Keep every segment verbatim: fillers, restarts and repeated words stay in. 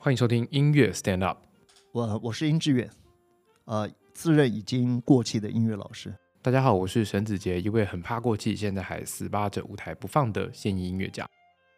欢迎收听音乐 Stand Up。 我我是殷志远，呃，自认已经过气的音乐老师。 大家好，我是沈子杰，一位很怕过气，现在还死扒着舞台不放的现役音乐家。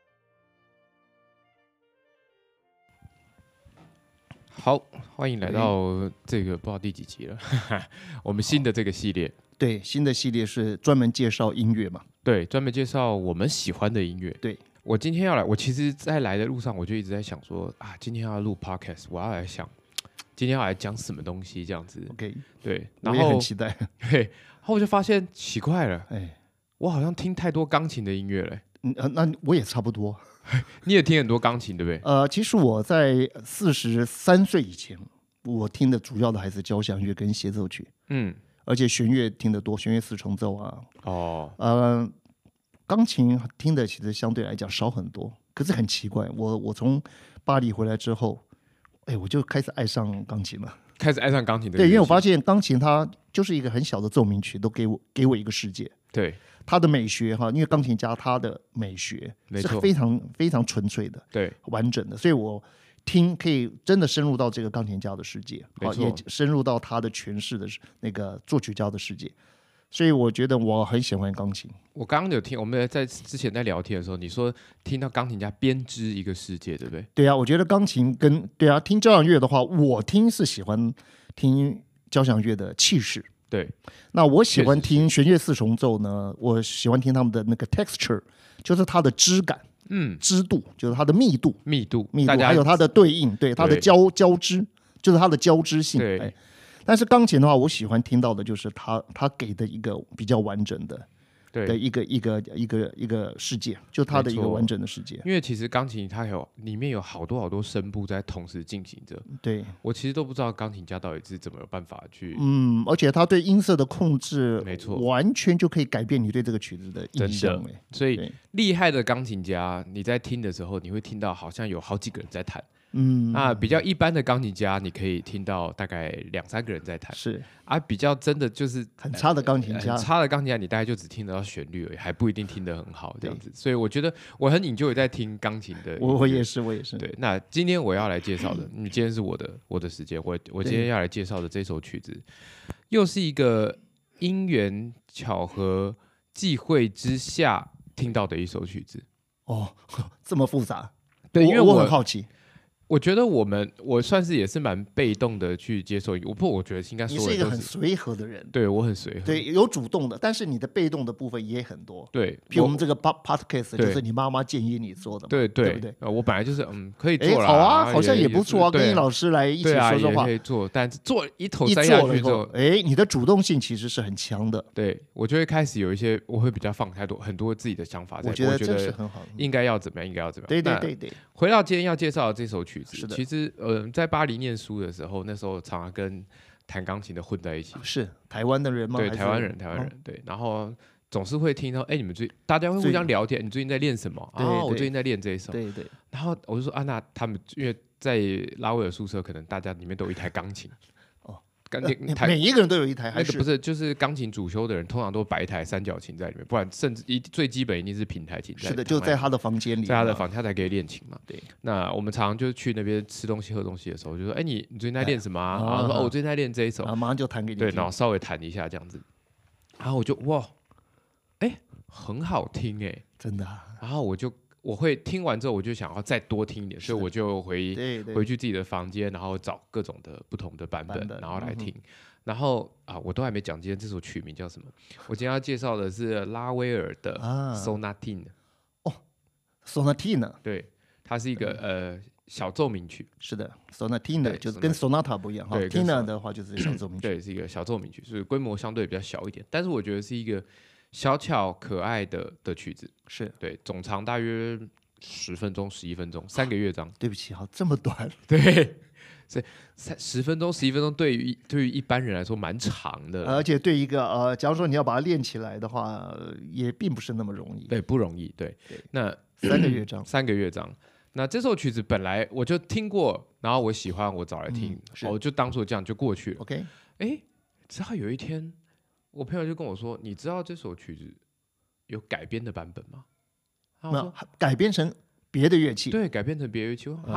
好，欢迎来到这个不知道第几集了，我们新的这个系列。 对，新的系列是专门介绍音乐嘛？ 对，专门介绍我们喜欢的音乐。 对， 我今天要来，我其实在来的路上，我就一直在想说啊，今天要录 podcast， 我要来想今天要来讲什么东西这样子。 OK， 对，然后我也很期待。 对，然后我就发现奇怪了， 哎， 我好像听太多钢琴的音乐了。 嗯、呃，那我也差不多。 你也听很多钢琴，对不对？ 呃，其实我在四十三岁以前，我听的主要的还是交响乐跟协奏曲， 嗯， 而且弦乐听得多，弦乐四重奏啊。 哦， 呃，钢琴听的其实相对来讲少很多。可是很奇怪，我我从巴黎回来之后，哎，我就开始爱上钢琴了。 开始爱上钢琴的。 对，因为我发现钢琴它就是一个很小的奏鸣曲，都给我给我一个世界。 对， 它的美学哈，因为钢琴家他的美学是非常非常纯粹的， 对， 完整的，所以我听可以真的深入到这个钢琴家的世界，也深入到他的诠释的那个作曲家的世界。所以我觉得我很喜欢钢琴。 我刚刚有听，我们在之前在聊天的时候，你说听到钢琴家编织一个世界，对不对？ 对啊，我觉得钢琴跟对啊，听交响乐的话，我听是喜欢听交响乐的气势。 对， 那我喜欢听弦乐四重奏呢，我喜欢听他们的那个 texture， 就是它的质感，嗯，织度就是它的密度， 密度， 密度，还有它的对应，对它的交交织，就是它的交织性。 对。 哎，但是钢琴的话，我喜欢听到的就是它它给的一个比较完整的。 对的一个一个一个一个世界，就它的一个完整的世界。 因为其实钢琴它有里面有好多好多声部在同时进行着。 对， 我其实都不知道钢琴家到底是怎么有办法去， 嗯，而且他对音色的控制， 没错， 完全就可以改变你对这个曲子的印象。 所以厉害的钢琴家，你在听的时候，你会听到好像有好几个人在弹。嗯，那比较一般的钢琴家，你可以听到大概两三个人在弹， 是啊，比较真的就是很差的钢琴家， 很差的钢琴家，你大概就只听得到旋律而已，还不一定听得很好这样子。所以我觉得我很enjoy在听钢琴的， 我我也是，我也是。 对，那今天我要来介绍的，你今天是我的我的时间，我我今天要来介绍的这首曲子，又是一个因缘巧合际会之下听到的一首曲子。 哦，这么复杂？ 对，因为我, 我很好奇。 我觉得我们我算是也是蛮被动的去接受，我不，我觉得应该说你是一个很随和的人， 对我很随和， 对，有主动的，但是你的被动的部分也很多， 对， 譬如我们这个 podcast 就是你妈妈建议你做的嘛， 对对对不对？ 呃，我本来就是嗯可以做啦， 好啊，好像也不错啊，跟你老师来一起说说话， 可以做，但做一头栽下去之后， 哎，你的主动性其实是很强的， 对我就会开始有一些，我会比较放太多很多自己的想法在， 我觉得这是很好的， 应该要怎么样，应该要怎么样， 对对对对。 回到今天要介绍的这首曲子， 是的， 其实呃，在巴黎念书的时候，那时候常常跟弹钢琴的混在一起。 是台湾的人吗？ 对，台湾人，台湾人、哦。对，然后总是会听到，哎，你们最大家会互相聊天，你最近在练什么？啊、哦，我最近在练这一首。 对对。 然后我就说啊，那他们因为在拉威尔宿舍，可能大家里面都有一台钢琴。 钢琴、呃、每一个人都有一台，还是、 那个、不是？就是钢琴主修的人，通常都摆一台三角琴在里面，不然甚至一最基本一定是平台琴。 是的，就在他的房间里， 在他的房间他才可以练琴嘛。 对。 那我们常常就去那边吃东西、喝东西的时候，就说：“哎，你你最近在练什么啊？”然后说：“哦，我最近在练这一首。” 然后马上就弹给你。 对，然后稍微弹一下这样子，然后我就哇，哎，很好听哎， 真的、啊。 然后我就。我会听完之后，我就想要再多听一点，所以我就回对对回去自己的房间，然后找各种的不同的版本，版本然后来听。嗯、然后啊，我都还没讲今天这首曲名叫什么。我今天要介绍的是拉威尔的 Sonatine、啊。 哦 ，Sonatine， 对，它是一个、嗯、呃小奏鸣曲。 是的 ，Sonatine 就是跟 Sonata 不一样哈 ，Tina 的话就是小奏鸣曲。 对，是一个小奏鸣曲，所以规模相对比较小一点，但是我觉得是一个。小巧可爱的的曲子， 是对，总长大约十分钟、十一分钟，三个乐章。 对不起，好，这么短。 对，所以十分钟、十一分钟，对于对于一般人来说蛮长的， 而且对一个呃，假如说你要把它练起来的话，也并不是那么容易。 对，不容易。对， 对那三个乐章， 三个乐章。那这首曲子本来我就听过，然后我喜欢，我找来听，我、嗯哦、就当做这样就过去了。 OK， 哎，直到有一天。我朋友就跟我说：“你知道这首曲子有改编的版本吗？” 那改编成别的乐器， 对，改编成别的乐器啊？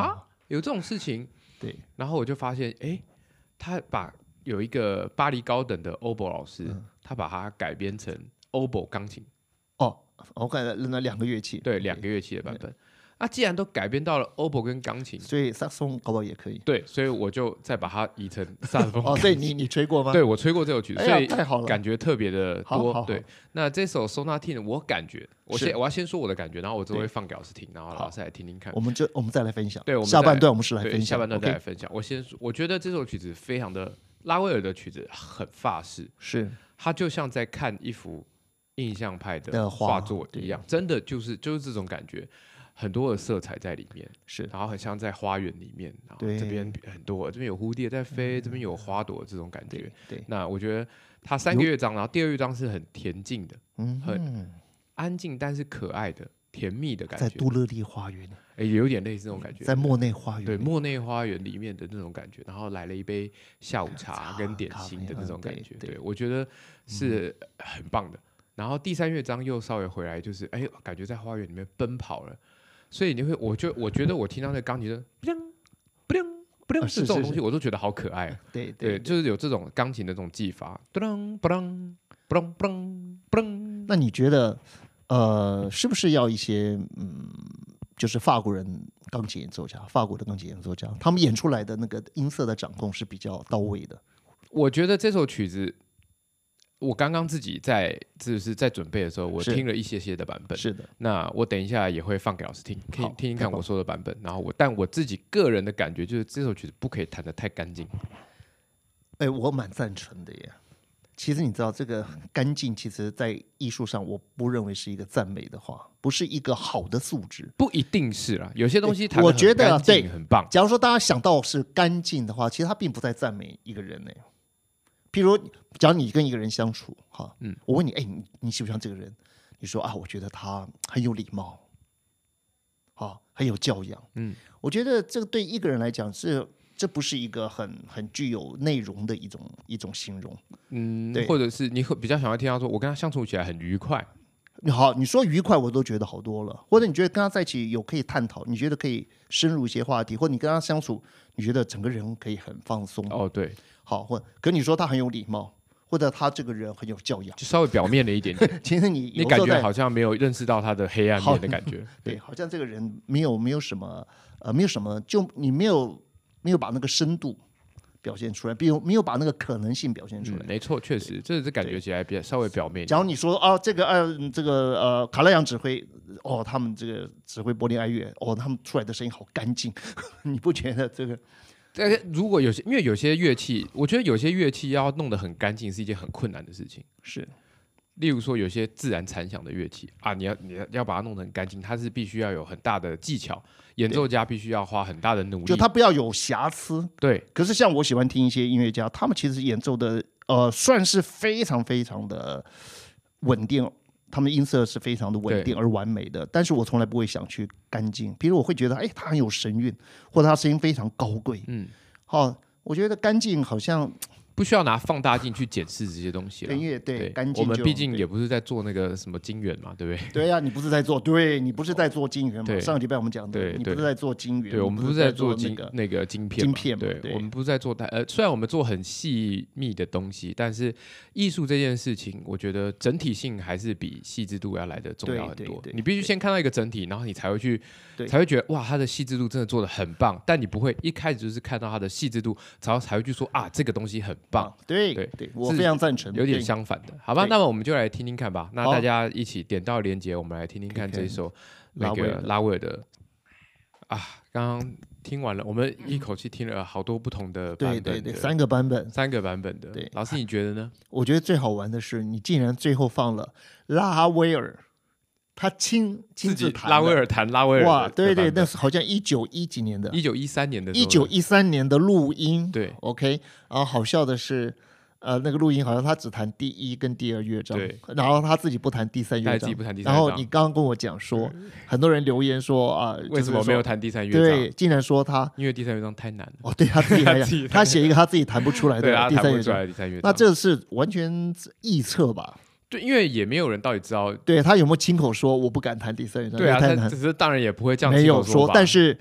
有这种事情。 对， 然后我就发现，哎，他把有一个巴黎高等的 oboe 老师，嗯、他把它改编成 oboe 钢琴。 哦，我看那两个乐器， 对，两个乐器的版本。啊，既然都改编到了 oboe 跟钢琴， 所以萨克斯风搞不好也可以。 对，所以我就再把它移成萨克斯风。 哦，对你你吹过吗？ 对，我吹过这首曲子， 哎、 所以太好了， 感觉特别的多。 好好好对，那这首 Sonatine 我感觉，我先我要先说我的感觉，然后我就会放给老师听，然后老师来听听看。 我们就我们再来分享。 对，我们下半段我们是来分享， 下半段再来 OK? 分享。我先说，我觉得这首曲子非常的拉威尔的曲子很法式， 是它就像在看一幅印象派的画作一样，真的就是就是这种感觉。很多的色彩在里面， 是， 然后很像在花园里面，然后这边很多，这边有蝴蝶在飞，嗯、这边有花朵这种感觉。 对，对那我觉得它三个乐章，然后第二乐章是很恬静的， 嗯， 很安静但是可爱的、甜蜜的感觉。 在杜乐丽花园， 哎，有点类似那种感觉， 在莫内花园， 对，莫内花园里面的那种感觉，然后来了一杯下午茶跟点心的那种感觉，对, 对，我觉得是很棒的。然后第三乐章又稍微回来，就是哎，感觉在花园里面奔跑了。所以你会，我就我觉得我听到那个钢琴的不灵不灵不灵这种东西，我都觉得好可爱、啊。 对对, 对，就是有这种钢琴的这种技法，不啷不啷不啷不啷不啷。 那你觉得，呃，是不是要一些嗯，就是法国人钢琴演奏家，法国的钢琴演奏家，他们演出来的那个音色的掌控是比较到位的？ 我觉得这首曲子。我刚刚自己在就是在准备的时候，我听了一些些的版本。 是的， 那我等一下也会放给老师听，可以听听看我说的版本。然后我，但我自己个人的感觉就是这首曲子不可以弹得太干净。 哎，我蛮赞成的耶。其实你知道，这个干净，其实在艺术上，我不认为是一个赞美的话，不是一个好的素质。 不一定是啦，有些东西弹得很干净， 对，很棒。 假如说大家想到是干净的话，其实他并不在赞美一个人呢。譬如，假如你跟一个人相处，哈，嗯，我问你，哎，你你喜不喜欢这个人？你说啊，我觉得他很有礼貌，好，很有教养，嗯，我觉得这个对一个人来讲是，这不是一个很很具有内容的一种一种形容， 嗯，对，或者是你比较想要听他说，我跟他相处起来很愉快。 好，你说愉快，我都觉得好多了。或者你觉得跟他在一起有可以探讨，你觉得可以深入一些话题，或者你跟他相处，你觉得整个人可以很放松。 哦，对。 好，或可你说他很有礼貌，或者他这个人很有教养， 就稍微表面了一点点。 其实你你感觉好像没有认识到他的黑暗面的感觉。 对，对，好像这个人没有没有什么呃没有什么，就你没有没有把那个深度表现出来，比如没有把那个可能性表现出来。 嗯、没错，确实，这是感觉起来比较稍微表面。 假如你说啊，这个呃这个呃卡拉扬指挥哦，他们这个指挥柏林爱乐哦，他们出来的声音好干净，你不觉得这个？ 但如果有些，因为有些乐器，我觉得有些乐器要弄得很干净是一件很困难的事情。 是， 例如说有些自然残响的乐器啊，你要你要把它弄得很干净，它是必须要有很大的技巧，演奏家必须要花很大的努力， 就它不要有瑕疵。 对。 可是像我喜欢听一些音乐家，他们其实演奏的呃算是非常非常的稳定。他们音色是非常的稳定而完美的，但是我从来不会想去干净。比如我会觉得，哎，他很有神韵，或者他声音非常高贵。嗯，好，我觉得干净好像不需要拿放大镜去检视这些东西了。 音乐对干净， 我们毕竟也不是在做那个什么金源嘛，对不对？ 对呀、啊，你不是在做，对你不是在做金源嘛？上个礼拜我们讲的， 对， 你不是在做金源， 对，我们不是在做金那个晶片， 晶片， 对，我们不是在做呃，虽然我们做很细密的东西，但是艺术这件事情，我觉得整体性还是比细致度要来的重要很多。你必须先看到一个整体，然后你才会去，才会觉得哇，它的细致度真的做得很棒。但你不会一开始就是看到它的细致度，然后才会去说啊，这个东西很棒。 对对。对，我非常赞成， 有点相反的，好吧？那么我们就来听听看吧。那大家一起点到连结，我们来听听看这一首那个拉威尔的啊。刚刚听完了，我们一口气听了好多不同的版本的， 对对对，三个版本， 三个版本的。 对， 老师你觉得呢？ 我觉得最好玩的是，你竟然最后放了拉威尔，他亲亲自弹拉威尔弹拉威尔， 哇，对对，那是好像一九一几年的， 一九一三年的， 一九一三年的录音。 对 ，OK。然后好笑的是。呃，那个录音好像他只弹第一跟第二乐章， 对， 然后他自己不弹第三乐章，然后你刚刚跟我讲说，很多人留言说啊， 为什么没有弹第三乐章？ 对，竟然说他因为第三乐章太难了。 哦，对他自己来讲，他写一个他自己弹不出来的第三乐章，那这是完全臆测吧？ 对，因为也没有人到底知道， 对他有没有亲口说我不敢弹第三乐章？ 对啊，他只是当然也不会这样没有说，但是。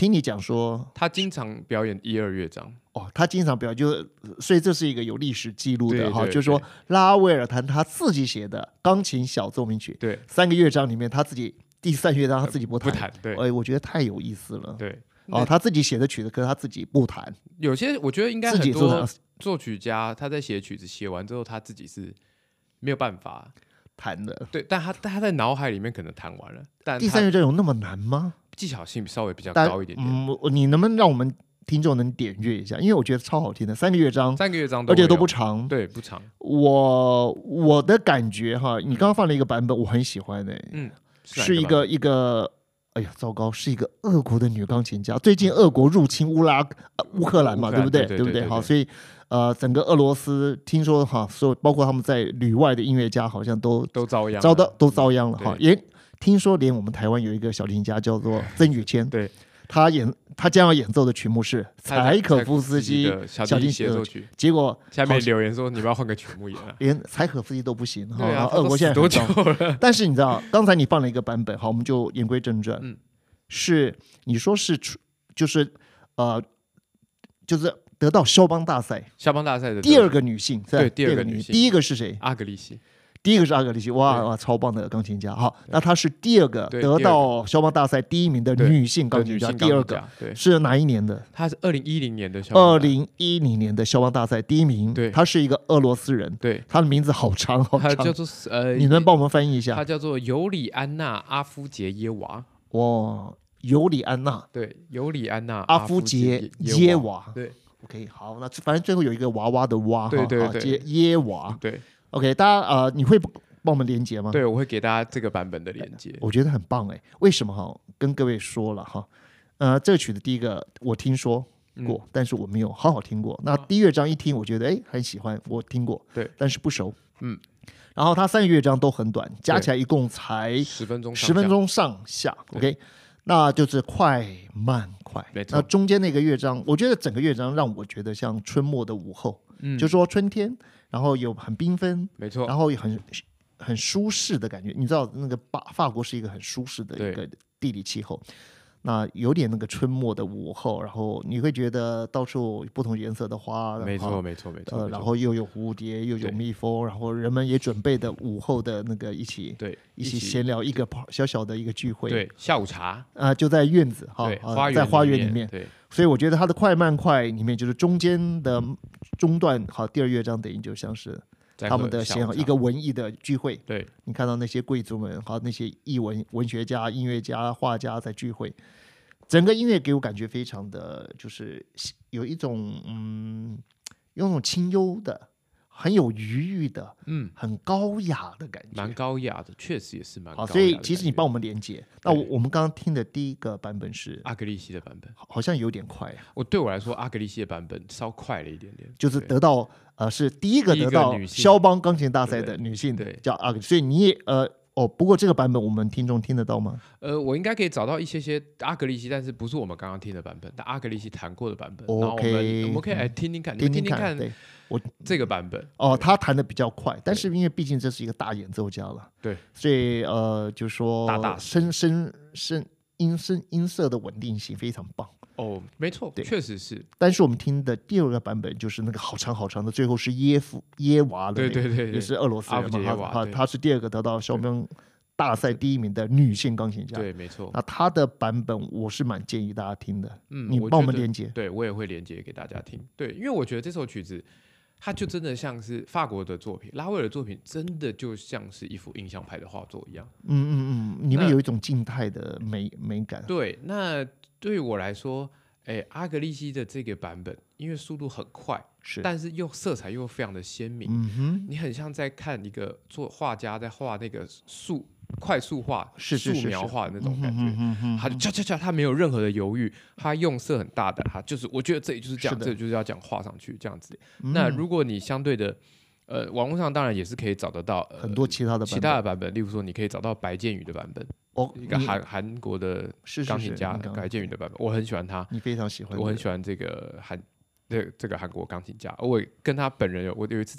听你讲说， 他经常表演一二乐章。 哦，他经常表演，就所以这是一个有历史记录的哈， 对对就是说拉威尔弹他自己写的钢琴小奏鸣曲， 对， 三个乐章里面他自己第三乐章他自己不弹， 不弹，对， 哎，我觉得太有意思了。 对， 哦，他自己写的曲子，可是他自己不弹。 有些我觉得应该自己很多做作曲家他在写曲子写完之后，他自己是没有办法弹的。 对，但他但他在脑海里面可能弹完了，但第三乐章有那么难吗？ 技巧性稍微比较但高一点点。 嗯，你能不能让我们听众能点阅一下？因为我觉得超好听的，三个乐章， 三个乐章， 而且都不长。 对，不长。 我我的感觉哈，你刚刚放了一个版本，我很喜欢的、 嗯， 是一个一个，哎呀，糟糕，是一个俄国的女钢琴家。最近俄国入侵乌拉呃乌克兰嘛， 乌克兰对不对？ 对对对对对不对？好，所以呃，整个俄罗斯听说哈，所有包括他们在旅外的音乐家，好像都都遭殃了， 遭到都遭殃了哈。 对也听说连我们台湾有一个小提琴家叫做曾宇谦， 对， 他演他将要演奏的曲目是柴可夫斯基的小提琴协奏曲， 结果下面留言说你不要换个曲目演啊， 连柴可夫斯基都不行哈。 对啊， 俄国现在多久了？ 但是你知道，刚才你放了一个版本，好，我们就言归正传， 嗯， 是你说是就是呃就是得到肖邦大赛肖邦大赛的第二个女性， 对， 第二个女性， 第一个是谁？ 阿格丽西。 第一个是阿格丽西，哇哇，超棒的钢琴家。好，那她是第二个得到肖邦大赛第一名的女性钢琴家。第二个是哪一年的？ 她是二零一零年的。 二零一零年的肖邦大赛第一名。 对， 她是一个俄罗斯人。 对， 她的名字好长好长。 她叫做呃， 你能帮我们翻译一下？ 她叫做尤里安娜·阿夫杰耶娃。 哇，尤里安娜。 对，尤里安娜· 阿夫杰耶娃。 对 ，OK， 好，那反正最后有一个娃娃的娃， 对对对，耶娃。 对 ，OK， 大家呃，你会帮我们连接吗？ 对，我会给大家这个版本的连接， 我觉得很棒哎。为什么哈？跟各位说了哈，呃，这个曲子第一个我听说过，嗯、但是我没有好好听过。那第一乐章一听，我觉得哎很喜欢，我听过， 对， 但是不熟。 嗯， 然后它三个乐章都很短，加起来一共才十分钟， 十分钟上下。OK， 那就是快慢快。 没错。 那中间那个乐章，我觉得整个乐章让我觉得像春末的午后，嗯，就说春天，然后有很缤纷， 没错， 然后也很。很舒适的感觉，你知道那个法法国是一个很舒适的一个地理气候，那有点那个春末的午后，然后你会觉得到处不同颜色的花， 没错没错没错， 呃，然后又有蝴蝶又有蜜蜂，然后人们也准备的午后的那个一起对一起闲聊一个小小的一个聚会， 对，下午茶啊、呃，就在院子哈、呃，在花园里面， 对， 所以我觉得它的快慢快里面就是中间的中段，好，第二乐章等于就像是。他们的闲一个文艺的聚会， 对， 你看到那些贵族们和那些艺文文学家、音乐家、画家在聚会，整个音乐给我感觉非常的，就是有一种嗯，有种清幽的、很有余裕的，嗯，很高雅的感觉， 蛮高雅的，确实也是蛮高雅的。 好，所以其实你帮我们连接，那我我们刚刚听的第一个版本是阿格丽西的版本， 好像有点快、啊。 我对我来说，阿格丽西的版本稍快了一点点， 就是得到。呃，是第一个得到肖邦钢琴大赛的女性， 对， 叫阿格，所以你也呃哦，不过这个版本我们听众听得到吗？ 呃，我应该可以找到一些些阿格丽西，但是不是我们刚刚听的版本，但阿格丽西弹过的版本。 OK， 然后我们我们可以来听听看， 听听听看， 对，我这个版本哦，他弹的比较快，但是因为毕竟这是一个大演奏家了， 对， 所以呃，就说大大声声声音声音色的稳定性非常棒。 哦，没错，确实是。 但是我们听的第二个版本就是那个好长好长的，最后是耶夫耶娃的、那个， 对对对， 也是俄罗斯人嘛， 他他是第二个得到肖邦大赛第一名的女性钢琴家。 对，没错。 那她的版本我是蛮建议大家听的， 嗯， 你帮我们连接， 对我也会连接给大家听。对，因为我觉得这首曲子，它就真的像是法国的作品，拉威尔的作品，真的就像是一幅印象派的画作一样。 嗯嗯嗯，里面有一种静态的美美感。 对，那对于我来说。哎，阿格丽西的这个版本，因为速度很快， 是， 但是又色彩又非常的鲜明， 嗯哼， 你很像在看一个做画家在画那个素快速画、 是是素描画的那种感觉， 嗯嗯嗯、 他就恰恰恰，他没有任何的犹豫，他用色很大胆，他就是我觉得这里就是这样，这里就是要这样画上去这样子。嗯、那如果你相对的。呃，网络上当然也是可以找得到、呃、 很多其他的版本其他的版本，例如说你可以找到白建宇的版本，哦，一个韩韩国的钢琴家白建宇的版本，我很喜欢他， 你非常喜欢， 我很喜欢这个韩这这个韩国钢琴家，我跟他本人有我有一次在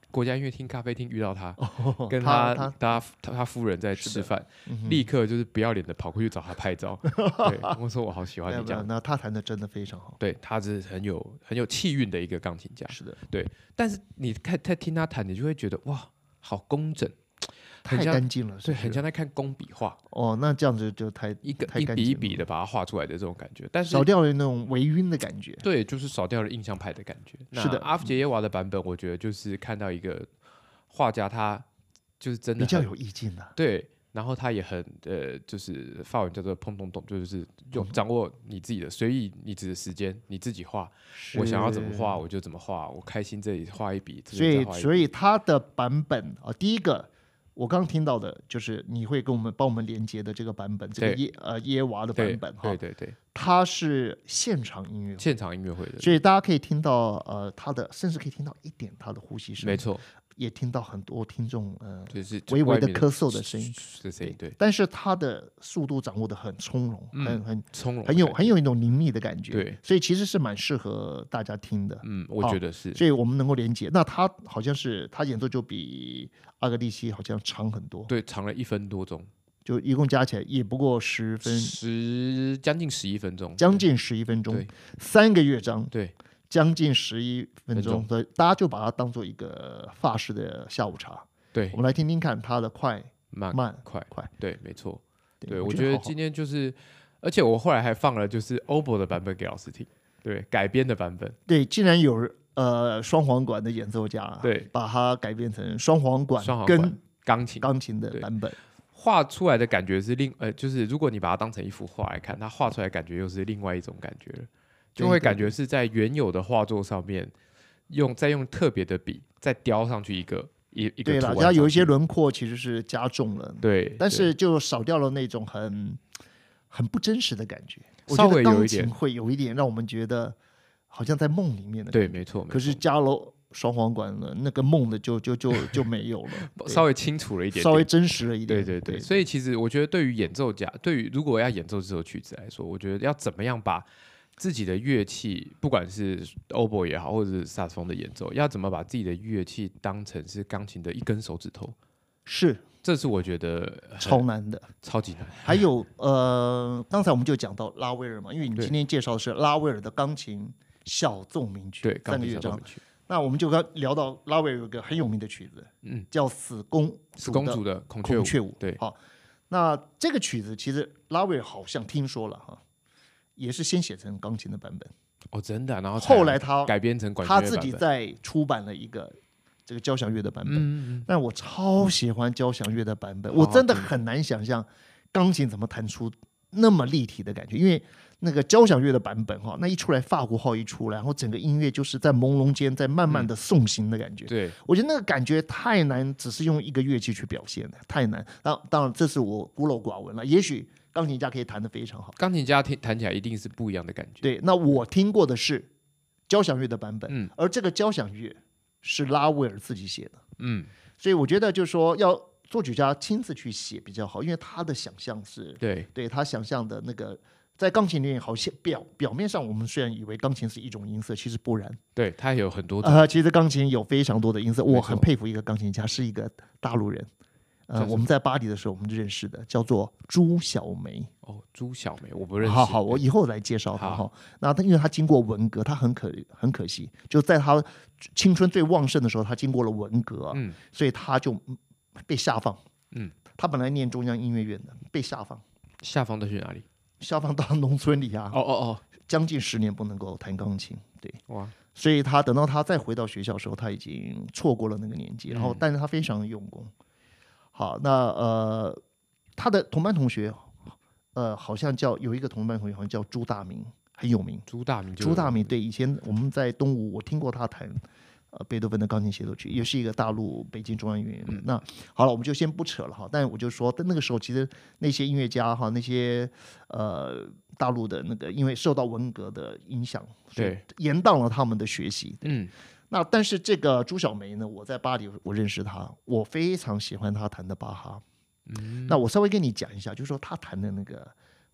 国家音乐厅咖啡厅遇到他， 哦、 跟他他他他他夫人在吃饭， 嗯、 立刻就是不要脸的跑过去找他拍照。对，我说我好喜欢你这样。 那他弹的真的非常好， 对，他是很有很有气韵的一个钢琴家。 是的， 对。但是你看在听他弹，你就会觉得哇，好工整。 太干净了， 对，很像在看工笔画。 哦，那这样子就太一个太一笔一笔的把它画出来的这种感觉，但是少掉了那种微晕的感觉。 对，就是少掉了印象派的感觉。 是的， 阿夫杰耶娃的版本，我觉得就是看到一个画家，他就是真的比较有意境的。 对，然后他也很呃，就是法文叫做碰咚咚，就是用掌握你自己的随意你自己的时间，你自己画。我想要怎么画我就怎么画，我开心这里画一笔， 所以所以他的版本啊，第一个。我刚听到的就是你会跟我们帮我们连接的这个版本，这个耶呃耶娃的版本哈， 对对对， 它是现场音乐会， 现场音乐会的， 所以大家可以听到呃他的，甚至可以听到一点他的呼吸声， 没错， 也听到很多听众呃就是微微的咳嗽的声音， 的声音对， 但是他的速度掌握的很从容， 嗯、 很很从容， 很有很有一种凝密的感觉， 对， 所以其实是蛮适合大家听的， 嗯，我觉得是， 所以我们能够连接。那他好像是他演奏就比阿格利西好像长很多， 对，长了一分多钟， 就一共加起来也不过十分十将近十一分钟， 将近十一分钟，三个乐章， 对， 将近十一分钟，所以大家就把它当做一个法式的下午茶。 对， 我们来听听看它的快慢慢快快， 对，没错，对， 对我觉得今天就是，而且我后来还放了就是 Oboe 的版本给老师听，对，改编的版本， 对，竟然有呃双簧管的演奏家， 对， 把它改编成双簧管双簧跟钢琴钢琴的版本。 画出来的感觉是另呃，就是如果你把它当成一幅画来看，它画出来的感觉又是另外一种感觉了，就会感觉是在原有的画作上面用再用特别的笔再雕上去一个一一个图案， 对了，它有一些轮廓其实是加重了， 对， 但是就少掉了那种很很不真实的感觉。 稍微有一点会有一点让我们觉得好像在梦里面的感觉， 对，没错。 可是加了双簧管了，那个梦的就就就就没有了， 稍微清楚了一点点， 稍微真实了一点。 对对 对, 对，所以其实我觉得，对于演奏家，对于如果要演奏这首曲子来说，我觉得要怎么样把自己的乐器，不管是 Oboe 也好，或者是萨克斯风的演奏，要怎么把自己的乐器当成是钢琴的一根手指头， 是， 这是我觉得超难的， 超级难。 还有呃，刚才我们就讲到拉威尔嘛，因为你今天介绍的是拉威尔的钢琴小奏鸣曲， 对， 三个乐章。那我们就刚聊到拉威尔有一个很有名的曲子，嗯，叫死公死公主的孔雀舞。 孔雀舞， 对， 好，那这个曲子其实拉威尔好像听说了哈，也是先写成钢琴的版本， 哦，真的、啊，然后后来他改编成管弦乐版本， 他自己再出版了一个这个交响乐的版本。 嗯嗯， 但我超喜欢交响乐的版本，我真的很难想象钢琴怎么弹出那么立体的感觉，因为那个交响乐的版本哈，那一出来法国号一出来，然后整个音乐就是在朦胧间在慢慢的送行的感觉。 嗯、对， 我觉得那个感觉太难，只是用一个乐器去表现的，太难。当当然这是我孤陋寡闻了，也许钢琴家可以弹得非常好。 钢琴家听弹起来一定是不一样的感觉。 对，那我听过的是交响乐的版本， 嗯， 而这个交响乐是拉威尔自己写的， 嗯， 所以我觉得就是说要作曲家亲自去写比较好，因为他的想象是， 对， 对他想象的那个。在钢琴里面，好像表表面上，我们虽然以为钢琴是一种音色，其实不然。 对，它有很多种。 呃，其实钢琴有非常多的音色。我很佩服一个钢琴家，是一个大陆人。呃，我们在巴黎的时候我们就认识的，叫做朱小梅。 哦，朱小梅，我不认识。 好好，我以后来介绍他哈。那他因为他经过文革，他很可很可惜，就在他青春最旺盛的时候，他经过了文革，嗯，所以他就被下放。嗯，他本来念中央音乐院的，被下放。 下放的去哪里？ 下放到农村里啊， 哦哦哦， 将近十年不能够弹钢琴，对， 哇， 所以他等到他再回到学校的时候，他已经错过了那个年纪，然后，但是他非常用功。好，那呃，他的同班同学，呃，好像叫有一个同班同学，好像叫朱大明，很有名。 朱大明， 朱大明，对，以前我们在东吴，我听过他弹。呃，贝多芬的钢琴协奏曲也是一个大陆北京中央音乐院。嗯、那好了，我们就先不扯了哈。但我就说，那个时候其实那些音乐家哈，那些呃大陆的那个，因为受到文革的影响， 对， 延宕了他们的学习。 嗯， 那但是这个朱小梅呢，我在巴黎我认识她，我非常喜欢她弹的巴哈。嗯，那我稍微跟你讲一下，就是说她弹的那个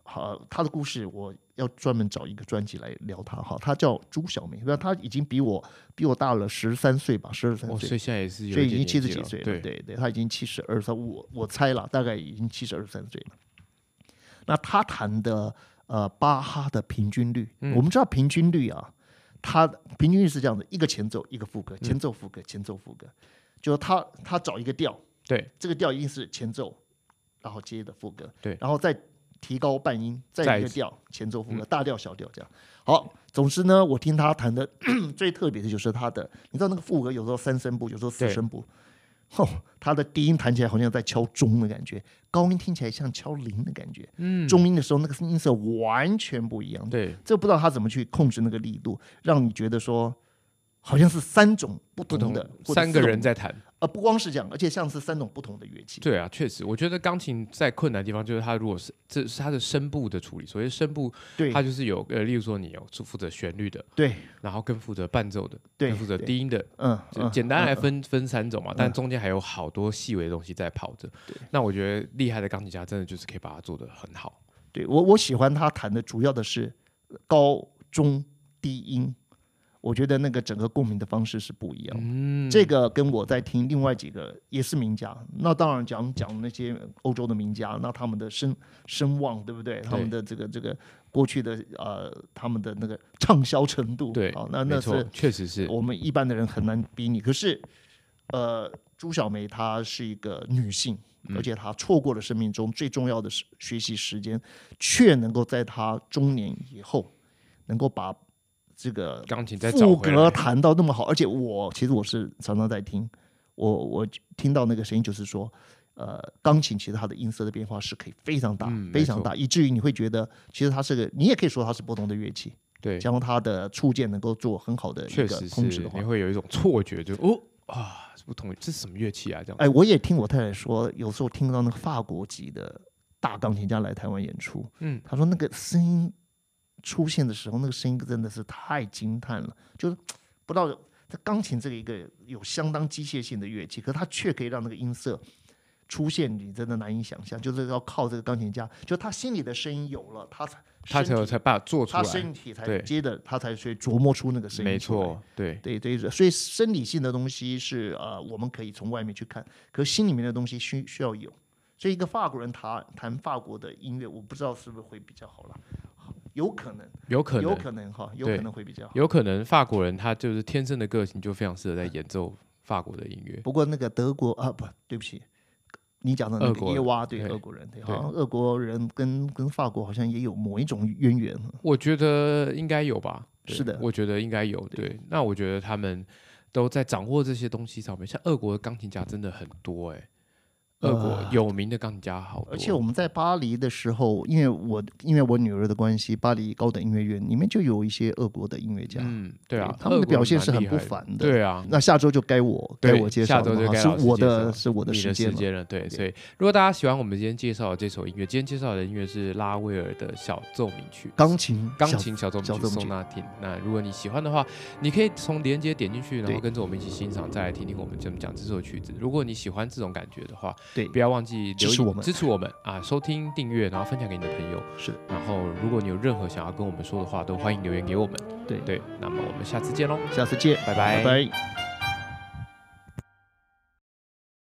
好，他的故事我要专门找一个专辑来聊他哈。他叫朱小梅，他已经比我比我大了十三岁吧，十二三岁， 所以现在也是有， 所以已经七十几岁了。 对对对，他已经七十二三，我我猜了，大概已经七十二三岁了。那他弹的呃巴哈的平均律，嗯、我们知道平均律啊，他平均律是这样的：一个前奏，一个副歌，前奏副歌，前奏副歌，就是他他找一个调， 对， 这个调一定是前奏，然后接的副歌， 对， 然后再提高半音，再一个调，前奏副歌，大调小调这样。好，总之呢，我听他弹的最特别的就是他的，你知道那个副歌有时候三声部，有时候四声部。哦，他的低音弹起来好像在敲钟的感觉，高音听起来像敲铃的感觉，嗯，中音的时候那个音色完全不一样。 对， 这不知道他怎么去控制那个力度，让你觉得说好像是三种不同的， 不同三个人在弹， 呃，不光是这样，而且像是三种不同的乐器。 对啊，确实，我觉得钢琴在困难的地方就是它如果是这是它的声部的处理，所谓声部， 对， 它就是有呃，例如说你有负责旋律的， 对， 然后跟负责伴奏的， 对， 跟负责低音的， 嗯， 就简单来分、嗯、分三种嘛， 嗯、 但中间还有好多细微的东西在跑着。那我觉得厉害的钢琴家真的就是可以把它做得很好。 对我我喜欢他弹的主要的是高中低音。我觉得那个整个共鸣的方式是不一样的，嗯、这个跟我在听另外几个也是名家，那当然讲讲那些欧洲的名家，那他们的声声望对不对？他们的这个这个过去的呃他们的那个畅销程度， 对， 好，那那是确实是我们一般的人很难比拟。可是呃，朱小梅她是一个女性，而且她错过了生命中最重要的学习时间，却能够在她中年以后能够把这个钢琴在副歌弹到那么好，而且我其实我是常常在听，我我听到那个声音就是说，呃，钢琴其实它的音色的变化是可以非常大、嗯、非常大，以至于你会觉得其实它是个，你也可以说它是不同的乐器。 对， 将它的触键能够做很好的一个控制的话， 你会有一种错觉，就哦啊，不同，这是什么乐器啊？这样。 哎，我也听我太太说，有时候听到那个法国籍的大钢琴家来台湾演出，嗯，他说那个声音出现的时候，那个声音真的是太惊叹了，就是不知道这钢琴这个一个有相当机械性的乐器，可是它却可以让那个音色出现，你真的难以想象。就是要靠这个钢琴家，就他心里的声音有了，他才他才有才把它做出来， 他身体才接着他才去琢磨出那个声音。 没错，对对对，所以生理性的东西是呃我们可以从外面去看，可是心里面的东西需需要有。所以一个法国人弹弹法国的音乐，我不知道是不是会比较好了。有可能， 有可能， 有可能哈，有可能会比较好。 有可能法国人他就是天生的个性就非常适合在演奏法国的音乐。 不过那个德国啊，不对不起，你讲的那个耶娃，对俄国人，对，好像俄国人跟跟法国好像也有某一种渊源。 我觉得应该有吧。 是的， 我觉得应该有。对，对那我觉得他们都在掌握这些东西上面。像俄国的钢琴家真的很多哎、欸。俄国有名的钢琴家好多、呃， 而且我们在巴黎的时候，因为我因为我女儿的关系，巴黎高等音乐院里面就有一些俄国的音乐家， 嗯，对啊， 他们的表现是很不凡的， 对啊。 那下周就该我该我介绍， 下周就该是我的是我的时间了, 时间了，对。所以如果大家喜欢我们今天介绍的这首音乐，今天介绍的音乐是拉威尔的小奏鸣曲， 钢琴钢琴小奏鸣曲松纳汀。那如果你喜欢的话，你可以从连接点进去，然后跟着我们一起欣赏，再来听听我们怎么讲这首曲子。如果你喜欢这种感觉的话， 对， 不要忘记。 支持我们， 支持我们啊！收听、订阅，然后分享给你的朋友。 是， 然后如果你有任何想要跟我们说的话，都欢迎留言给我们。 对对，那么我们下次见喽！ 下次见， 拜拜拜拜。